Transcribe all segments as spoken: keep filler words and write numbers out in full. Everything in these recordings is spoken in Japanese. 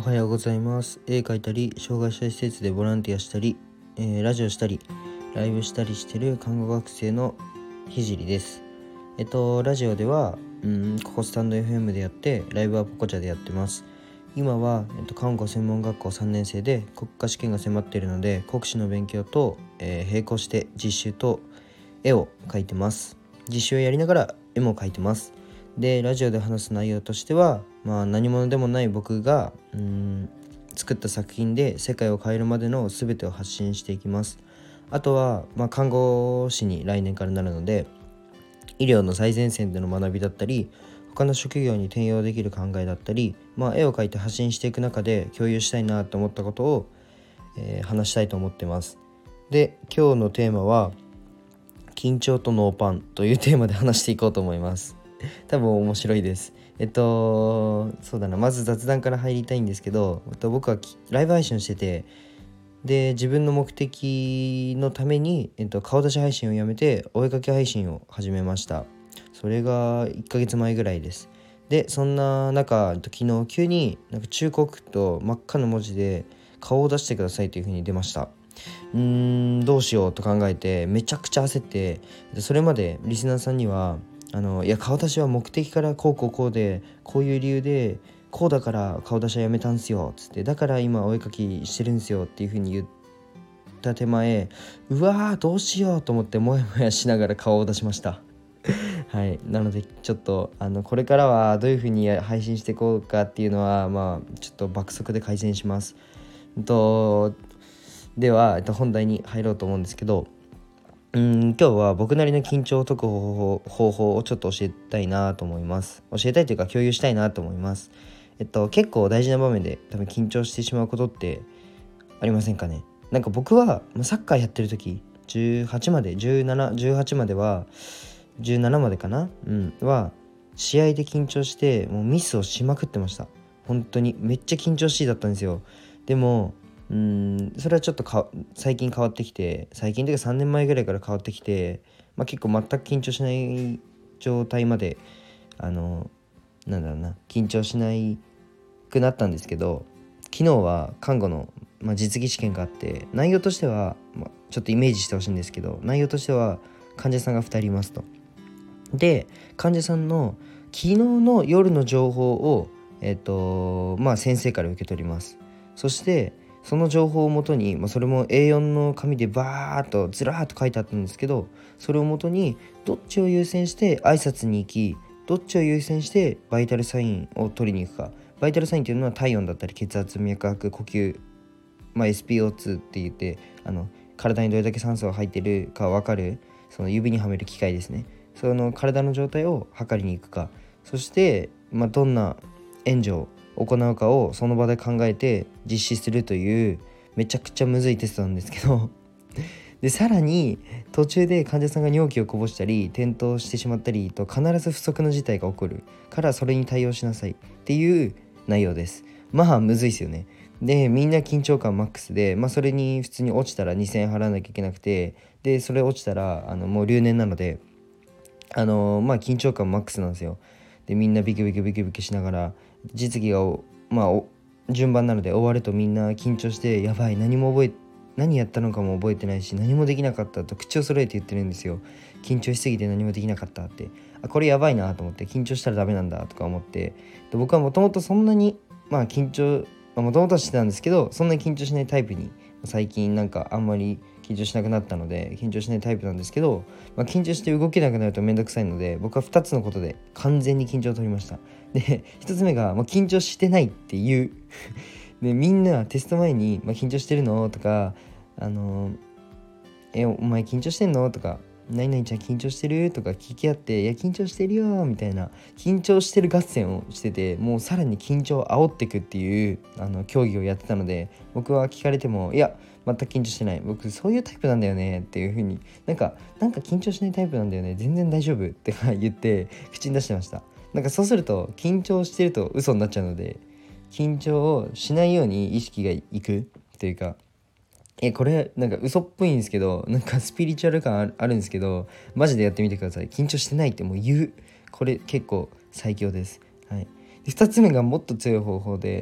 おはようございます。絵描いたり、障害者施設でボランティアしたり、えーラジオしたり、ライブしたりしてる看護学生のひじりです。えっと、ラジオでは、うん、ここスタンド エフエム でやって、ライブはポコチャでやってます。今は、えっと、看護専門学校さんねん生で国家試験が迫っているので、国試の勉強と、えー並行して実習と絵を描いてます。実習をやりながら絵も描いてます。で、ラジオで話す内容としては、まあ、何者でもない僕がうーん作った作品で世界を変えるまでの全てを発信していきます。あとは、まあ、看護師に来年からなるので、医療の最前線での学びだったり、他の職業に転用できる考えだったり、まあ、絵を描いて発信していく中で共有したいなと思ったことを、えー話したいと思ってます。で、今日のテーマは緊張とノーパンというテーマで話していこうと思います。多分面白いです。えっとそうだなまず雑談から入りたいんですけど、えっと、僕はライブ配信をしてて、で自分の目的のために、えっと、顔出し配信をやめてお絵かき配信を始めました。それがいっかげつまえぐらいです。でそんな中、えっと昨日急になんか忠告と真っ赤な文字で顔を出してくださいという風に出ました。うーんどうしようと考えてめちゃくちゃ焦って、それまでリスナーさんにはあのいや顔出しは目的からこうこうこうでこういう理由でこうだから顔出しはやめたんすよつって、だから今お絵かきしてるんすよっていう風に言った手前、うわーどうしようと思ってモヤモヤしながら顔を出しましたはい、なのでちょっとあのこれからはどういう風に配信していこうかっていうのは、まあちょっと爆速で改善します。うんとでは、えっと、本題に入ろうと思うんですけど、うーん今日は僕なりの緊張を解く方法、方法をちょっと教えたいなと思います。教えたいというか共有したいなと思います。えっと結構大事な場面で多分緊張してしまうことってありませんかね。なんか僕はまあサッカーやってる時じゅうはちまでじゅうなな、じゅうはちまではじゅうななまでかなうんは試合で緊張してもうミスをしまくってました。本当にめっちゃ緊張しいだったんですよ。でもうーんそれはちょっとか最近変わってきて、最近というかさんねんまえぐらいから変わってきて、まあ、結構全く緊張しない状態まであのなんだろうな緊張しないくなったんですけど、昨日は看護の、まあ、実技試験があって、内容としては、まあ、ちょっとイメージしてほしいんですけど、内容としては患者さんがふたりいますと。で患者さんの昨日の夜の情報を、えっとまあ、先生から受け取ります。そしてその情報をもとに、まあ、それも エーよん の紙でバーっとずらーっと書いてあったんですけど、それをもとにどっちを優先して挨拶に行き、どっちを優先してバイタルサインを取りに行くか。バイタルサインっていうのは体温だったり血圧、脈拍、呼吸、まあ、エスピーオーツー って言ってあの体にどれだけ酸素が入ってるか分かる、その指にはめる機械ですね。その体の状態を測りに行くか、そして、まあ、どんな援助を行うかをその場で考えて実施するというめちゃくちゃむずいテストなんですけどでさらに途中で患者さんが尿器をこぼしたり転倒してしまったりと必ず不測の事態が起こるからそれに対応しなさいっていう内容です。まあむずいですよね。でみんな緊張感マックスで、まあ、それに普通に落ちたらにせんえん払わなきゃいけなくて、でそれ落ちたらあのもう留年なので、あのーまあ緊張感マックスなんですよ。でみんなビクビクビクビクしながら実技がおまあお順番なので終わるとみんな緊張して、やばい何も覚え何やったのかも覚えてないし何もできなかったと口を揃えて言ってるんですよ。緊張しすぎて何もできなかったって、あこれやばいなと思って、緊張したらダメなんだとか思って、で僕はもともとそんなにまあ緊張もともとはしてたんですけど、そんなに緊張しないタイプに最近なんかあんまり緊張しなくなったので緊張しないタイプなんですけど、まあ、緊張して動けなくなるとめんどくさいので、僕はふたつのことで完全に緊張を取りました。でひとつめが、まあ、緊張してないっていうでみんなテスト前に、まあ、緊張してるのとか、あのー、えお前緊張してんのとか、何々ちゃん緊張してるとか聞き合って、いや緊張してるよみたいな緊張してる合戦をしてて、もうさらに緊張を煽っていくっていうあの競技をやってたので、僕は聞かれてもいや全く緊張してない、僕そういうタイプなんだよねっていう風に、なんかなんか緊張しないタイプなんだよね、全然大丈夫って言って口に出してました。なんかそうすると緊張してると嘘になっちゃうので、緊張をしないように意識がいくというか、えこれなんか嘘っぽいんですけど、なんかスピリチュアル感あるあるんですけど、マジでやってみてください。緊張してないってもう言う、これ結構最強です。はい。でふたつめがもっと強い方法で、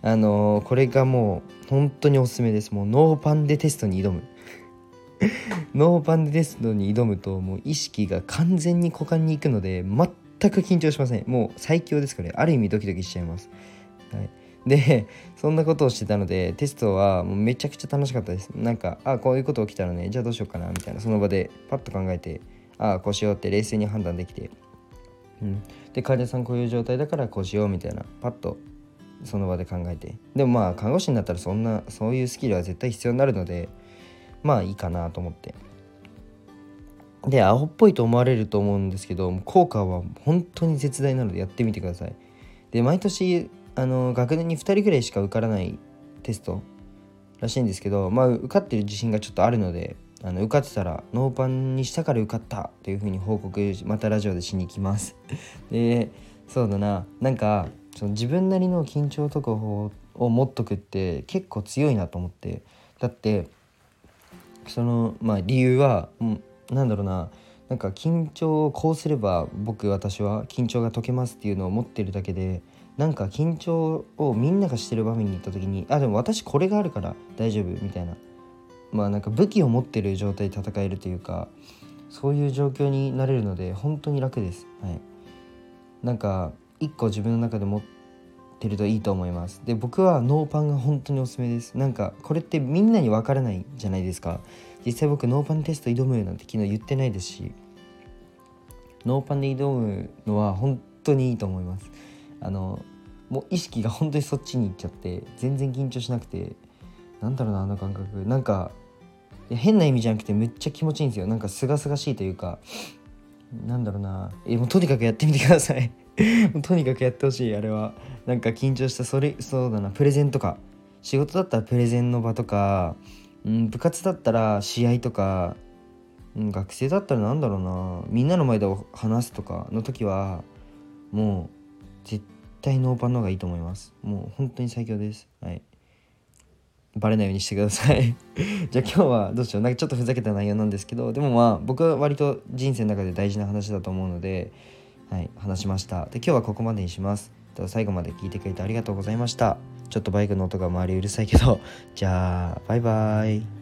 あのーこれがもう本当におすすめです。もうノーパンでテストに挑むノーパンでテストに挑むともう意識が完全に股間に行くので全く緊張しません。もう最強ですこれ。ある意味ドキドキしちゃいます。はい、でそんなことをしてたのでテストはもうめちゃくちゃ楽しかったです。なんかあこういうこと起きたらねじゃあどうしようかなみたいな、その場でパッと考えてあこうしようって冷静に判断できて、うん、で患者さんこういう状態だからこうしようみたいなパッとその場で考えて、でもまあ看護師になったらそんなそういうスキルは絶対必要になるのでまあいいかなと思って、でアホっぽいと思われると思うんですけど効果は本当に絶大なのでやってみてください。で毎年あの学年にふたりぐらいしか受からないテストらしいんですけど、まあ受かってる自信がちょっとあるので、あの受かってたらノーパンにしたから受かったというふうに報告またラジオでしに行きますでそうだな、なんかその自分なりの緊張特報を持っとくって結構強いなと思って、だってそのまあ理由は、うん、なんだろうな、なんか緊張をこうすれば僕私は緊張が解けますっていうのを持ってるだけで、なんか緊張をみんながしてる場面に行った時にあでも私これがあるから大丈夫みたいな、まあなんか武器を持ってる状態で戦えるというかそういう状況になれるので本当に楽です。はい、なんか一個自分の中で持ってるといいと思います。で僕はノーパンが本当におすすめです。なんかこれってみんなに分からないじゃないですか。実際僕ノーパンテスト挑むなんて昨日言ってないですし、ノーパンで挑むのは本当にいいと思います。あのもう意識が本当にそっちに行っちゃって全然緊張しなくて、なんだろうなあの感覚、なんか変な意味じゃなくてめっちゃ気持ちいいんですよ。なんか清々しいというか、なんだろうなえもうとにかくやってみてくださいもうとにかくやってほしい。あれはなんか緊張したそれそうだなプレゼンとか、仕事だったらプレゼンの場とか、うん、部活だったら試合とか、うん、学生だったらなんだろうなみんなの前で話すとかの時はもう絶対ノーパンの方がいいと思います。もう本当に最強です。はい、バレないようにしてくださいじゃあ今日はどうしよう、なんかちょっとふざけた内容なんですけど、でもまあ僕は割と人生の中で大事な話だと思うので、はい、話しました。で今日はここまでにします。最後まで聞いてくれてありがとうございました。ちょっとバイクの音が周りうるさいけどじゃあバイバイ。